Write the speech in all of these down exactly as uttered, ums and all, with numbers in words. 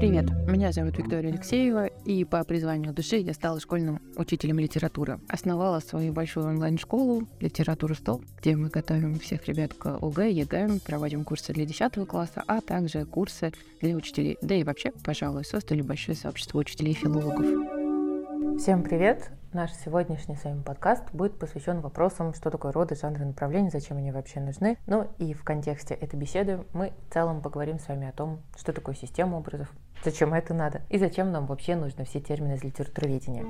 Привет, меня зовут Виктория Алексеева, и по призванию души я стала школьным учителем литературы. Основала свою большую онлайн-школу «Литература сто», где мы готовим всех ребят к ОГЭ, ЕГЭ, проводим курсы для десятого класса, а также курсы для учителей. Да и вообще, пожалуй, создали большое сообщество учителей и филологов. Всем привет! Наш сегодняшний с вами подкаст будет посвящен вопросам, что такое роды, жанры, направления, зачем они вообще нужны. Ну и в контексте этой беседы мы в целом поговорим с вами о том, что такое система образов, зачем это надо и зачем нам вообще нужны все термины из литературоведения.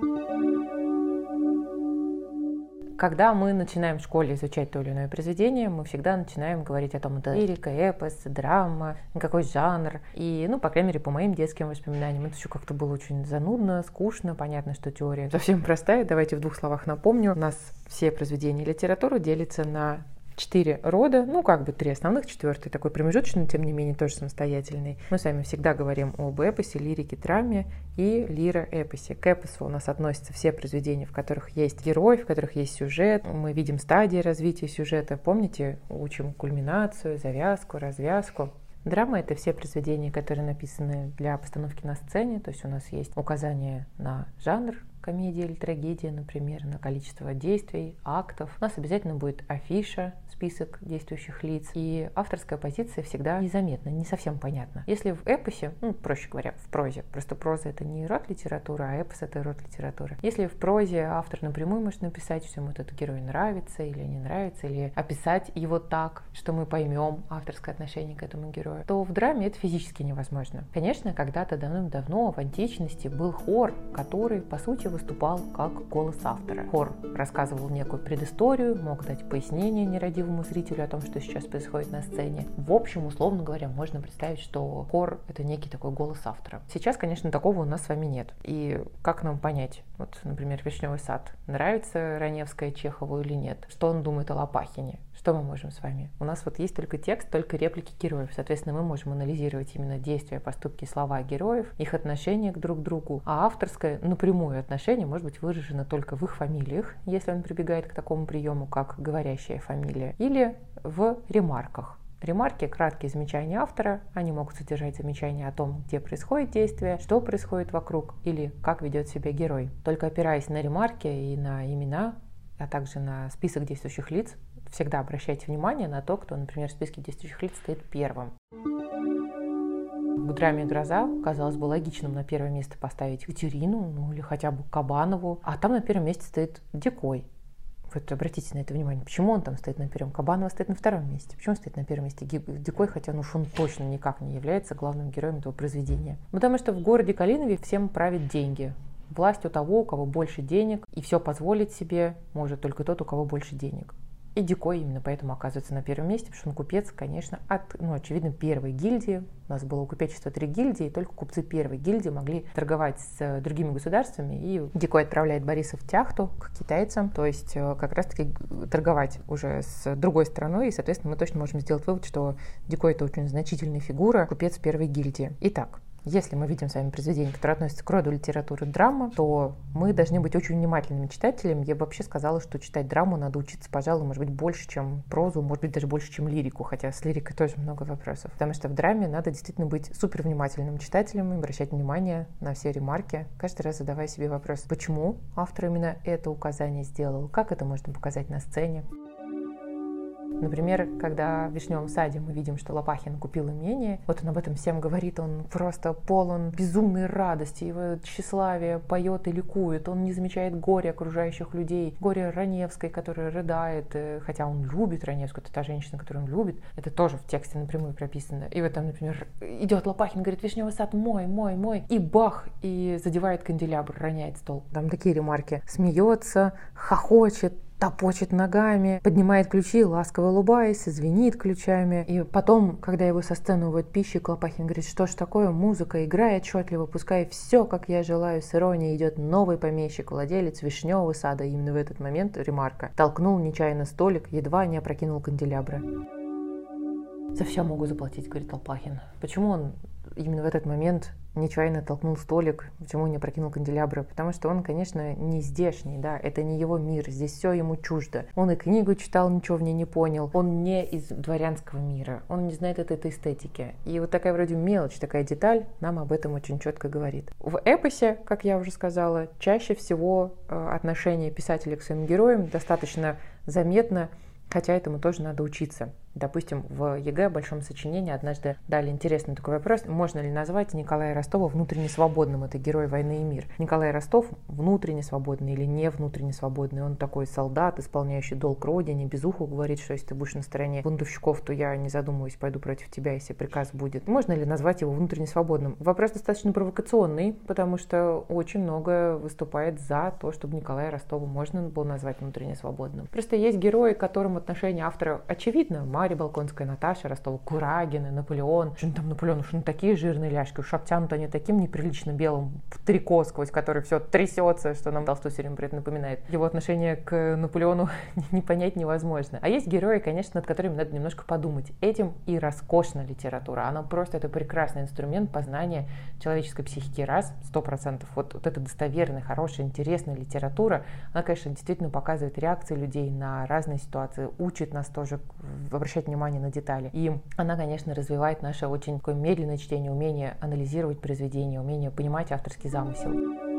Когда мы начинаем в школе изучать то или иное произведение, мы всегда начинаем говорить о том, это лирика, эпос, драма, какой жанр. И, ну, по крайней мере, по моим детским воспоминаниям, это еще как-то было очень занудно, скучно. Понятно, что теория совсем простая. Давайте в двух словах напомню. У нас все произведения литературы делятся на четыре рода, ну, как бы три основных, четвертый такой промежуточный, но тем не менее тоже самостоятельный. Мы с вами всегда говорим об эпосе, лирике, драме и лиро-эпосе. К эпосу у нас относятся все произведения, в которых есть герой, в которых есть сюжет. Мы видим стадии развития сюжета. Помните, учим кульминацию, завязку, развязку. Драма — это все произведения, которые написаны для постановки на сцене, то есть у нас есть указание на жанр, комедия или трагедия, например, на количество действий, актов. У нас обязательно будет афиша, список действующих лиц, и авторская позиция всегда незаметна, не совсем понятна. Если в эпосе, ну, проще говоря, в прозе, просто проза — это не род литературы, а эпос — это род литературы. Если в прозе автор напрямую может написать, что ему этот герой нравится или не нравится, или описать его так, что мы поймем авторское отношение к этому герою, то в драме это физически невозможно. Конечно, когда-то давным-давно в античности был хор, который, по сути, выступал как голос автора. Хор рассказывал некую предысторию, мог дать пояснение нерадивому зрителю о том, что сейчас происходит на сцене. В общем, условно говоря, можно представить, что хор — это некий такой голос автора. Сейчас, конечно, такого у нас с вами нет. И как нам понять, вот, например, «Вишневый сад» нравится Раневская Чехову или нет? Что он думает о Лопахине? Что мы можем с вами? У нас вот есть только текст, только реплики героев. Соответственно, мы можем анализировать именно действия, поступки, слова героев, их отношение к друг другу. А авторское напрямую отношение может быть выражено только в их фамилиях, если он прибегает к такому приему, как говорящая фамилия, или в ремарках. Ремарки — краткие замечания автора, они могут содержать замечания о том, где происходит действие, что происходит вокруг или как ведет себя герой. Только опираясь на ремарки и на имена, а также на список действующих лиц, всегда обращайте внимание на то, кто, например, в списке действующих лиц стоит первым. В драме «Гроза» казалось бы логичным на первое место поставить Катерину, ну или хотя бы Кабанову, а там на первом месте стоит Дикой. Вот обратите на это внимание, почему он там стоит на первом? Кабанова стоит на втором месте. Почему он стоит на первом месте Дикой, хотя ну, он точно никак не является главным героем этого произведения? Потому что в городе Калинове всем правят деньги. Власть у того, у кого больше денег, и все позволить себе может только тот, у кого больше денег. И Дикой именно поэтому оказывается на первом месте, потому что он купец, конечно, от, ну, очевидно, первой гильдии. У нас было у купечества три гильдии, и только купцы первой гильдии могли торговать с другими государствами. И Дикой отправляет Бориса в Тяхту к китайцам, то есть как раз-таки торговать уже с другой страной. И, соответственно, мы точно можем сделать вывод, что Дикой — это очень значительная фигура, купец первой гильдии. Итак, если мы видим с вами произведение, которое относится к роду литературы драма, то мы должны быть очень внимательными читателями. Я бы вообще сказала, что читать драму надо учиться, пожалуй, может быть, больше, чем прозу, может быть, даже больше, чем лирику, хотя с лирикой тоже много вопросов. Потому что в драме надо действительно быть супер внимательным читателем, обращать внимание на все ремарки, каждый раз задавая себе вопрос, почему автор именно это указание сделал, как это можно показать на сцене. Например, когда в «Вишневом саде» мы видим, что Лопахин купил имение, вот он об этом всем говорит, он просто полон безумной радости, его тщеславие поет и ликует, он не замечает горя окружающих людей, горя Раневской, которая рыдает, хотя он любит Раневскую, это та женщина, которую он любит, это тоже в тексте напрямую прописано. И вот там, например, идет Лопахин, говорит: «Вишневый сад мой, мой, мой», и бах, и задевает канделябр, роняет стол. Там такие ремарки: смеется, хохочет, топочет ногами, поднимает ключи, ласково улыбаясь, звенит ключами. И потом, когда его со сцены уводит пищик, Лопахин говорит: что ж такое, музыка играет отчетливо, пускай все, как я желаю, с иронией идет новый помещик, владелец Вишневого сада. И именно в этот момент ремарка: толкнул нечаянно столик, едва не опрокинул канделябры. За все могу заплатить, говорит Лопахин. Почему он именно в этот момент нечаянно толкнул столик, почему не опрокинул канделябры, потому что он, конечно, не здешний, да, это не его мир, здесь все ему чуждо. Он и книгу читал, ничего в ней не понял, он не из дворянского мира, он не знает этой, этой эстетики. И вот такая вроде мелочь, такая деталь нам об этом очень четко говорит. В эпосе, как я уже сказала, чаще всего отношение писателя к своим героям достаточно заметно, хотя этому тоже надо учиться. Допустим, в ЕГЭ большом сочинении однажды дали интересный такой вопрос: можно ли назвать Николая Ростова внутренне свободным? Это герой «Войны и мир». Николай Ростов внутренне свободный или не внутренне свободный? Он такой солдат, исполняющий долг родине, без уху говорит, что если ты будешь на стороне бунтовщиков, то я, не задумываясь, пойду против тебя, если приказ будет. Можно ли назвать его внутренне свободным? Вопрос достаточно провокационный, потому что очень много выступает за то, чтобы Николая Ростова можно было назвать внутренне свободным. Просто есть герои, к которым отношение автора очевидно. Марья Болконская, Наташа Ростова, Курагина, Наполеон. Что там Наполеон? Уж он такие жирные ляжки, уж обтянут они таким неприлично белым в трико, сквозь который все трясется, что нам Толстой все время при этом напоминает. Его отношение к Наполеону не понять невозможно. А есть герои, конечно, над которыми надо немножко подумать. Этим и роскошна литература. Она просто, это прекрасный инструмент познания человеческой психики. Раз, сто процентов. Вот, вот эта достоверная, хорошая, интересная литература, она, конечно, действительно показывает реакции людей на разные ситуации, учит нас тоже обращать внимание на детали. И она, конечно, развивает наше очень такое медленное чтение, умение анализировать произведение, умение понимать авторский замысел.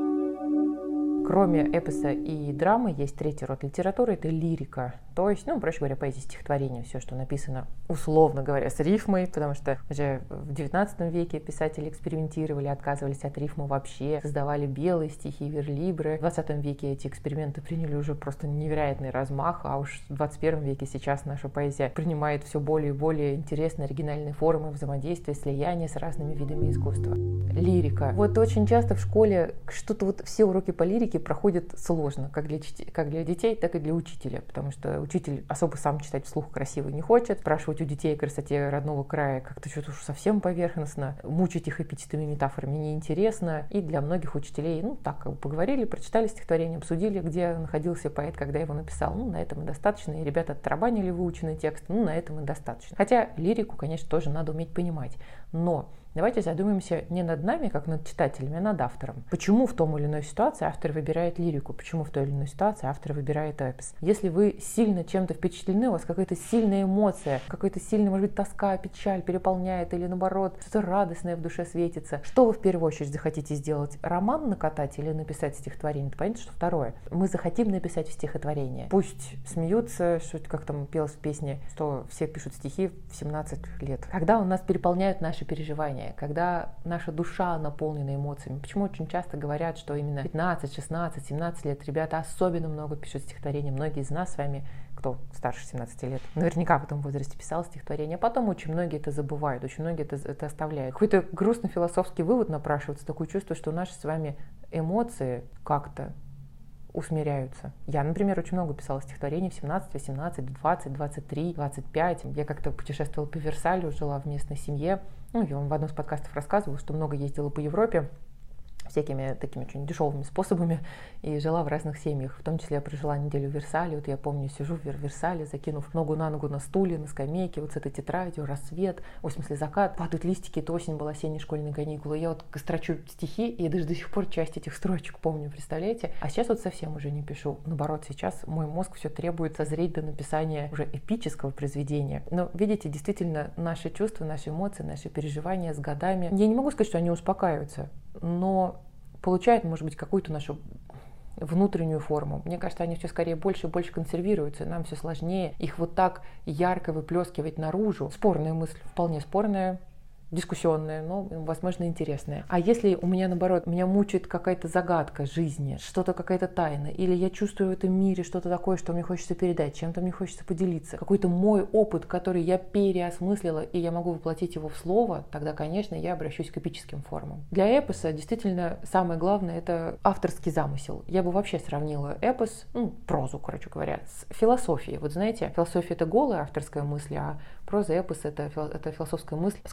Кроме эпоса и драмы есть третий род литературы, это лирика. То есть, ну, проще говоря, поэзия, стихотворение, все, что написано, условно говоря, с рифмой, потому что уже в девятнадцатом веке писатели экспериментировали, отказывались от рифмы вообще, создавали белые стихи, верлибры. В двадцатом веке эти эксперименты приняли уже просто невероятный размах, а уж в двадцать первом веке сейчас наша поэзия принимает все более и более интересные, оригинальные формы взаимодействия, слияния с разными видами искусства. Лирика. Вот очень часто в школе что-то вот все уроки по лирике проходят сложно, как для, как для детей, так и для учителя, потому что учитель особо сам читать вслух красиво не хочет, спрашивать у детей о красоте родного края как-то что-то уж совсем поверхностно, мучить их эпитетами, метафорами неинтересно, и для многих учителей, ну так, как бы поговорили, прочитали стихотворение, обсудили, где находился поэт, когда его написал, ну на этом и достаточно, и ребята оттарабанили выученный текст, ну на этом и достаточно. Хотя лирику, конечно, тоже надо уметь понимать, но давайте задумаемся не над нами, как над читателями, а над автором. Почему в том или иной ситуации автор выбирает лирику? Почему в той или иной ситуации автор выбирает эпос? Если вы сильно чем-то впечатлены, у вас какая-то сильная эмоция, какая-то сильная, может быть, тоска, печаль переполняет, или наоборот, что-то радостное в душе светится, что вы в первую очередь захотите сделать? Роман накатать или написать стихотворение? Это понятно, что второе. Мы захотим написать стихотворение. Пусть смеются, что как там пелось в песне, что все пишут стихи в семнадцать лет. Когда у нас переполняют наши переживания, когда наша душа наполнена эмоциями. Почему очень часто говорят, что именно пятнадцать, шестнадцать, семнадцать лет ребята особенно много пишут стихотворения. Многие из нас с вами, кто старше семнадцати лет, наверняка в этом возрасте писал стихотворение. А потом очень многие это забывают, очень многие это, это оставляют. Какой-то грустный философский вывод напрашивается, такое чувство, что наши с вами эмоции как-то усмиряются. Я, например, очень много писала стихотворений в семнадцать, восемнадцать, двадцать, двадцать три, двадцать пять. Я как-то путешествовала по Версалю, жила в местной семье. Ну, я вам в одном из подкастов рассказывала, что много ездила по Европе всякими такими очень дешевыми способами и жила в разных семьях. В том числе я прожила неделю в Версале. Вот я помню, сижу в Версале, закинув ногу на ногу на стуле, на скамейке, вот с этой тетрадью, рассвет, в смысле закат, падают листики, это осень была, осенние школьные каникулы. Я вот строчу стихи, и я даже до сих пор часть этих строчек помню, представляете? А сейчас вот совсем уже не пишу. Наоборот, сейчас мой мозг все требует созреть до написания уже эпического произведения. Но, видите, действительно, наши чувства, наши эмоции, наши переживания с годами, я не могу сказать, что они успокаиваются, но получают, может быть, какую-то нашу внутреннюю форму. Мне кажется, они все скорее больше и больше консервируются, нам все сложнее их вот так ярко выплескивать наружу. Спорная мысль, вполне спорная, дискуссионная, но, возможно, интересная. А если у меня, наоборот, меня мучает какая-то загадка жизни, что-то, какая-то тайна, или я чувствую в этом мире что-то такое, что мне хочется передать, чем-то мне хочется поделиться, какой-то мой опыт, который я переосмыслила, и я могу воплотить его в слово, тогда, конечно, я обращусь к эпическим формам. Для эпоса действительно самое главное — это авторский замысел. Я бы вообще сравнила эпос, ну, прозу, короче говоря, с философией. Вот знаете, философия — это голая авторская мысль, а проза, эпос — это, это философская мысль, скажем так, облегченная,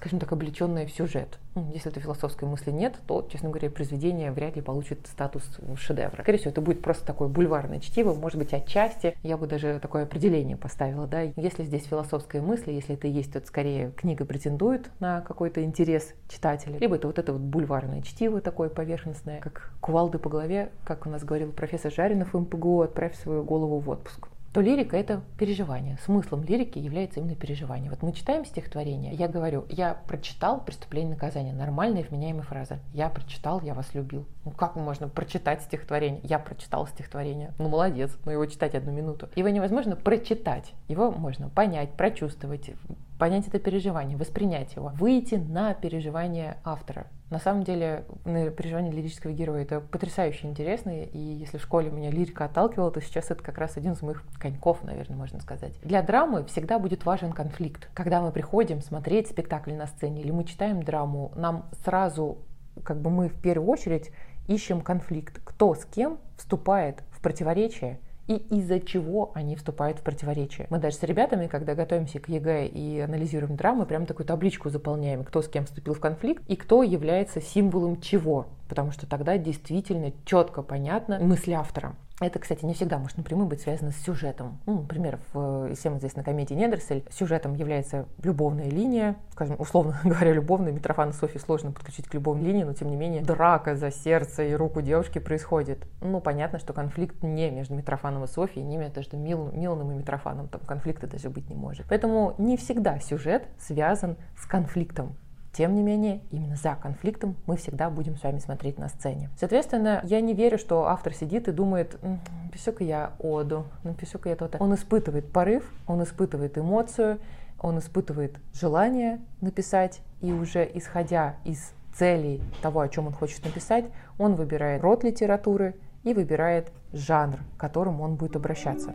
облеченное в сюжет. Если этой философской мысли нет, то, честно говоря, произведение вряд ли получит статус шедевра. Скорее всего, это будет просто такое бульварное чтиво, может быть, отчасти. Я бы даже такое определение поставила, да. Если здесь философская мысль, если это есть, то это скорее книга претендует на какой-то интерес читателя, либо это вот это вот бульварное чтиво такое поверхностное, как кувалды по голове, как у нас говорил профессор Жаринов в эм пэ гэ у, отправь свою голову в отпуск. То лирика — это переживание. Смыслом лирики является именно переживание. Вот мы читаем стихотворение, я говорю, я прочитал «Преступление и наказание». Нормальная вменяемая фраза. Я прочитал, я вас любил. Ну как можно прочитать стихотворение? Я прочитал стихотворение. Ну молодец, но его читать одну минуту. Его невозможно прочитать. Его можно понять, прочувствовать, понять это переживание, воспринять его, выйти на переживание автора. На самом деле, переживание лирического героя — это потрясающе интересно, и если в школе меня лирика отталкивала, то сейчас это как раз один из моих коньков, наверное, можно сказать. Для драмы всегда будет важен конфликт. Когда мы приходим смотреть спектакль на сцене или мы читаем драму, нам сразу, как бы мы в первую очередь ищем конфликт. Кто с кем вступает в противоречие, и из-за чего они вступают в противоречие. Мы даже с ребятами, когда готовимся к ЕГЭ и анализируем драмы, прям такую табличку заполняем, кто с кем вступил в конфликт и кто является символом чего. Потому что тогда действительно четко понятна мысль автора. Это, кстати, не всегда может напрямую быть связано с сюжетом. Ну, например, в всем известной комедии «Недоросль» сюжетом является любовная линия, скажем, условно говоря, любовная. Митрофана Софьи сложно подключить к любовной линии, но тем не менее драка за сердце и руку девушки происходит. Ну, понятно, что конфликт не между Митрофаном и Софьей, не между Мил, Миланом и Митрофаном, там конфликта даже быть не может. Поэтому не всегда сюжет связан с конфликтом. Тем не менее, именно за конфликтом мы всегда будем с вами смотреть на сцене. Соответственно, я не верю, что автор сидит и думает, напишу-ка я оду, напишу-ка я то-то. Он испытывает порыв, он испытывает эмоцию, он испытывает желание написать, и уже исходя из целей того, о чем он хочет написать, он выбирает род литературы и выбирает жанр, к которому он будет обращаться.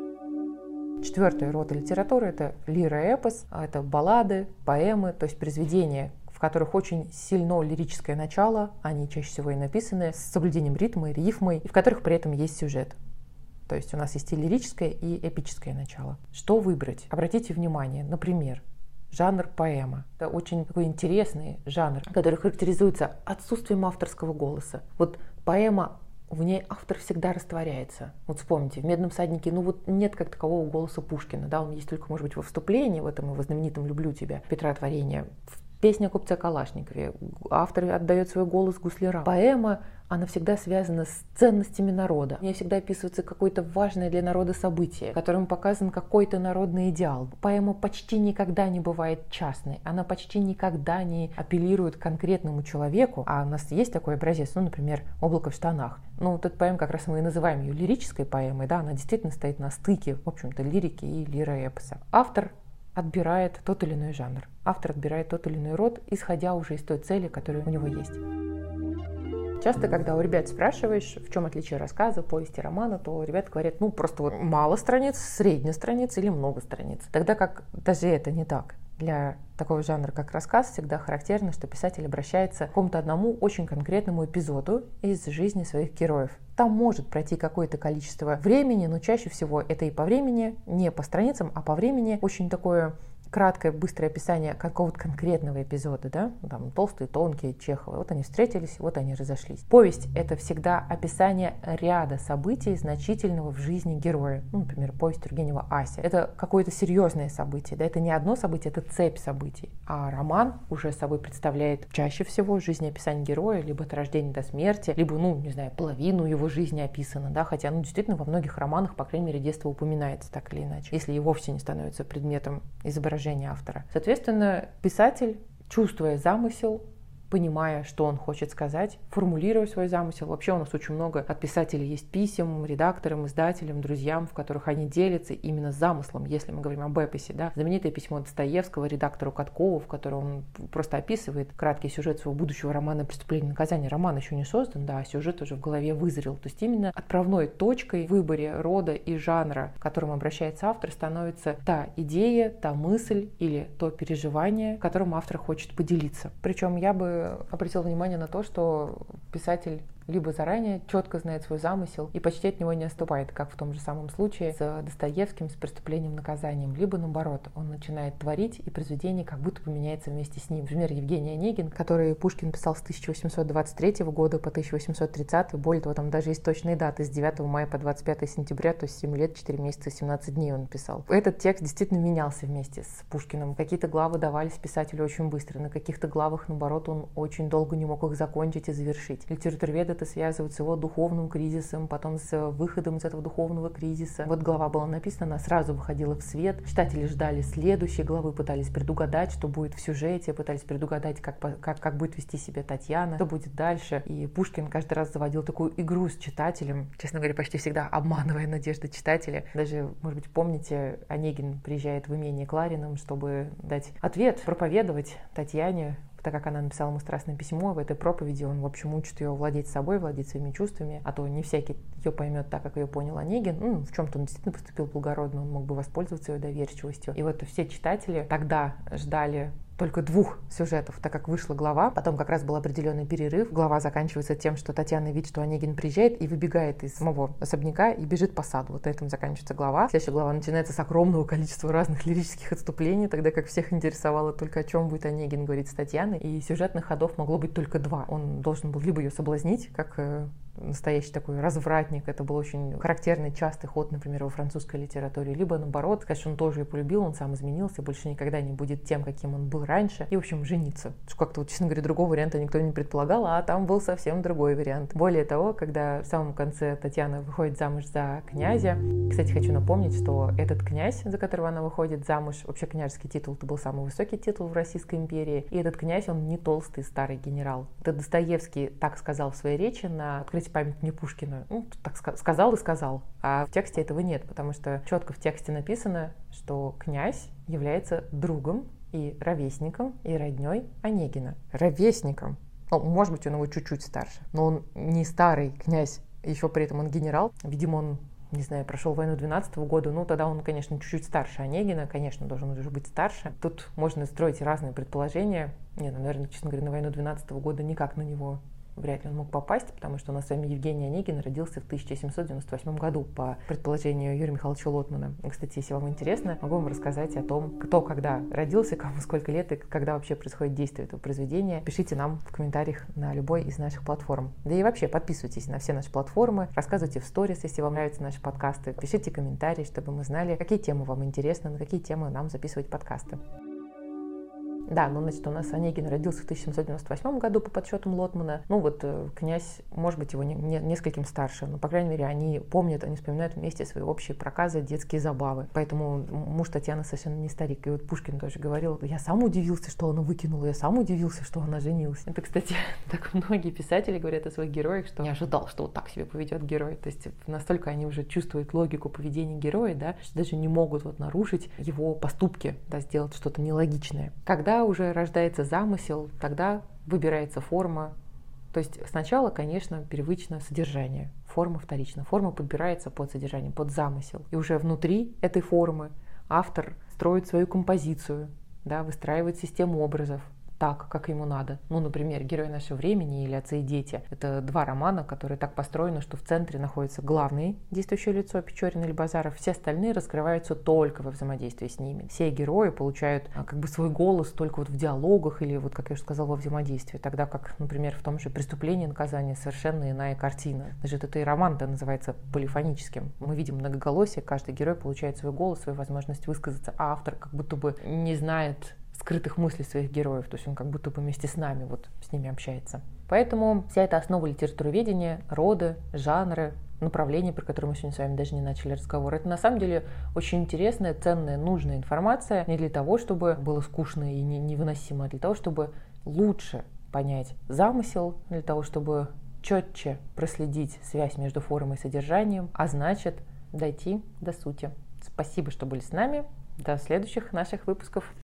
Четвертый род литературы — это лироэпос, это баллады, поэмы, то есть произведения, в которых очень сильно лирическое начало, они чаще всего и написаны с соблюдением ритма и рифмы, и в которых при этом есть сюжет. То есть у нас есть и лирическое, и эпическое начало. Что выбрать? Обратите внимание, например, жанр поэма. Это очень такой интересный жанр, который характеризуется отсутствием авторского голоса. Вот поэма, в ней автор всегда растворяется. Вот вспомните, в «Медном всаднике» ну вот нет как такового голоса Пушкина, да, он есть только, может быть, во вступлении, в этом его знаменитом «Люблю тебя» Петра Творения. В «Песне о купце Калашникове» автор отдает свой голос гуслярам. Поэма, она всегда связана с ценностями народа. В ней всегда описывается какое-то важное для народа событие, в котором показан какой-то народный идеал. Поэма почти никогда не бывает частной, она почти никогда не апеллирует к конкретному человеку, а у нас есть такой образец, ну, например, «Облако в штанах». Ну, вот эта поэма, как раз мы и называем ее лирической поэмой, да, она действительно стоит на стыке, в общем-то, лирики и лироэпоса. Автор отбирает тот или иной жанр, автор отбирает тот или иной род, исходя уже из той цели, которая у него есть. Часто, когда у ребят спрашиваешь, в чем отличие рассказа, повести, романа, то ребята говорят, ну, просто вот мало страниц, средняя страниц или много страниц. Тогда как даже это не так. Для такого жанра, как рассказ, всегда характерно, что писатель обращается к какому-то одному очень конкретному эпизоду из жизни своих героев. Там может пройти какое-то количество времени, но чаще всего это и по времени, не по страницам, а по времени очень такое краткое, быстрое описание какого-то конкретного эпизода, да, там толстые, тонкие, Чехова. Вот они встретились, вот они разошлись. Повесть — это всегда описание ряда событий, значительного в жизни героя. Ну, например, повесть Тургенева «Ася». Это какое-то серьезное событие, да, это не одно событие, это цепь событий. А роман уже собой представляет чаще всего жизнеописание героя, либо от рождения до смерти, либо, ну, не знаю, половину его жизни описано, да, хотя, ну, действительно, во многих романах, по крайней мере, детство упоминается так или иначе, если и вовсе не становится предметом изображения автора. Соответственно, писатель, чувствуя замысел, понимая, что он хочет сказать, формулируя свой замысел. Вообще у нас очень много от писателей есть писем редакторам, издателям, друзьям, в которых они делятся именно замыслом, если мы говорим об эпосе. Да? Знаменитое письмо Достоевского редактору Каткову, в котором он просто описывает краткий сюжет своего будущего романа «Преступление и наказание». Роман еще не создан, да, а сюжет уже в голове вызрел. То есть именно отправной точкой в выборе рода и жанра, к которому обращается автор, становится та идея, та мысль или то переживание, которым автор хочет поделиться. Причем я бы обратил внимание на то, что писатель либо заранее четко знает свой замысел и почти от него не отступает, как в том же самом случае с Достоевским, с «Преступлением и наказанием», либо наоборот, он начинает творить, и произведение как будто бы меняется вместе с ним. Например, Евгений Онегин, который Пушкин писал с тысяча восемьсот двадцать третьего года по тысяча восемьсот тридцатый, более того, там даже есть точные даты, с девятого мая по двадцать пятое сентября, то есть семь лет, четыре месяца и семнадцать дней он писал. Этот текст действительно менялся вместе с Пушкиным. Какие-то главы давались писателю очень быстро, на каких-то главах, наоборот, он очень долго не мог их закончить и завершить. Литературоведы это связывают с его духовным кризисом, потом с выходом из этого духовного кризиса. Вот глава была написана, она сразу выходила в свет. Читатели ждали следующей главы, пытались предугадать, что будет в сюжете, пытались предугадать, как, как, как будет вести себя Татьяна, что будет дальше. И Пушкин каждый раз заводил такую игру с читателем, честно говоря, почти всегда обманывая надежды читателя. Даже, может быть, помните, Онегин приезжает в имение Кларином, чтобы дать ответ, проповедовать Татьяне, так как она написала ему страстное письмо, в этой проповеди он, в общем, учит ее владеть собой, владеть своими чувствами, а то не всякий ее поймет так, как ее понял Онегин. Ну, в чем-то он действительно поступил благородно, он мог бы воспользоваться ее доверчивостью. И вот все читатели тогда ждали только двух сюжетов, так как вышла глава, потом как раз был определенный перерыв. Глава заканчивается тем, что Татьяна видит, что Онегин приезжает и выбегает из самого особняка и бежит по саду. Вот этим заканчивается глава. Следующая глава начинается с огромного количества разных лирических отступлений, тогда как всех интересовало только, о чем будет Онегин говорить с Татьяной. И сюжетных ходов могло быть только два. Он должен был либо ее соблазнить, как настоящий такой развратник, это был очень характерный, частый ход, например, во французской литературе, либо наоборот, сказать, что он тоже ее полюбил, он сам изменился, больше никогда не будет тем, каким он был раньше, и, в общем, жениться. Как-то, вот, честно говоря, другого варианта никто не предполагал, а там был совсем другой вариант. Более того, когда в самом конце Татьяна выходит замуж за князя, кстати, хочу напомнить, что этот князь, за которого она выходит замуж, вообще княжеский титул, это был самый высокий титул в Российской империи, и этот князь, он не толстый старый генерал. Это Достоевский так сказал в своей речи на открытии памятника Пушкину. Ну, так сказал и сказал. А в тексте этого нет, потому что четко в тексте написано, что князь является другом и ровесником и родней Онегина. Ровесником. Ну, может быть, он его чуть-чуть старше, но он не старый князь, еще при этом он генерал. Видимо, он, не знаю, прошел войну двенадцатого года, ну, тогда он, конечно, чуть-чуть старше Онегина, конечно, должен уже быть старше. Тут можно строить разные предположения. Не, ну, наверное, честно говоря, на войну двенадцатого года никак на него вряд ли он мог попасть, потому что у нас с вами Евгений Онегин родился в тысяча семьсот девяносто восьмом году, по предположению Юрия Михайловича Лотмана. И, кстати, если вам интересно, могу вам рассказать о том, кто когда родился, кому сколько лет и когда вообще происходит действие этого произведения. Пишите нам в комментариях на любой из наших платформ. Да и вообще подписывайтесь на все наши платформы, рассказывайте в сторис, если вам нравятся наши подкасты, пишите комментарии, чтобы мы знали, какие темы вам интересны, на какие темы нам записывать подкасты. Да, ну, значит, у нас Онегин родился в тысяча семьсот девяносто восьмом году по подсчетам Лотмана. Ну, вот князь, может быть, его не, не, нескольким старше, но, по крайней мере, они помнят, они вспоминают вместе свои общие проказы, детские забавы. Поэтому муж Татьяны совершенно не старик. И вот Пушкин тоже говорил, я сам удивился, что она выкинула, я сам удивился, что она женилась. Это, кстати, так многие писатели говорят о своих героях, что не ожидал, что вот так себя поведет герой. То есть настолько они уже чувствуют логику поведения героя, да, что даже не могут вот нарушить его поступки, да, сделать что-то нелогичное. Когда уже рождается замысел, тогда выбирается форма. То есть сначала, конечно, первично содержание, форма вторична. Форма подбирается под содержание, под замысел. И уже внутри этой формы автор строит свою композицию, да, выстраивает систему образов так, как ему надо. Ну, например, «Герои нашего времени» или «Отцы и дети». Это два романа, которые так построены, что в центре находится главное действующее лицо Печорин или Базаров. Все остальные раскрываются только во взаимодействии с ними. Все герои получают как бы свой голос только вот в диалогах или, вот как я уже сказала, во взаимодействии. Тогда как, например, в том же «Преступлении и наказании» совершенно иная картина. Даже это и роман-то называется полифоническим. Мы видим многоголосие, каждый герой получает свой голос, свою возможность высказаться, а автор как будто бы не знает скрытых мыслей своих героев, то есть он как будто бы вместе с нами вот с ними общается. Поэтому вся эта основа литературоведения, роды, жанры, направления, про которые мы сегодня с вами даже не начали разговор, это на самом деле очень интересная, ценная, нужная информация не для того, чтобы было скучно и невыносимо, а для того, чтобы лучше понять замысел, для того, чтобы четче проследить связь между формой и содержанием, а значит дойти до сути. Спасибо, что были с нами. До следующих наших выпусков.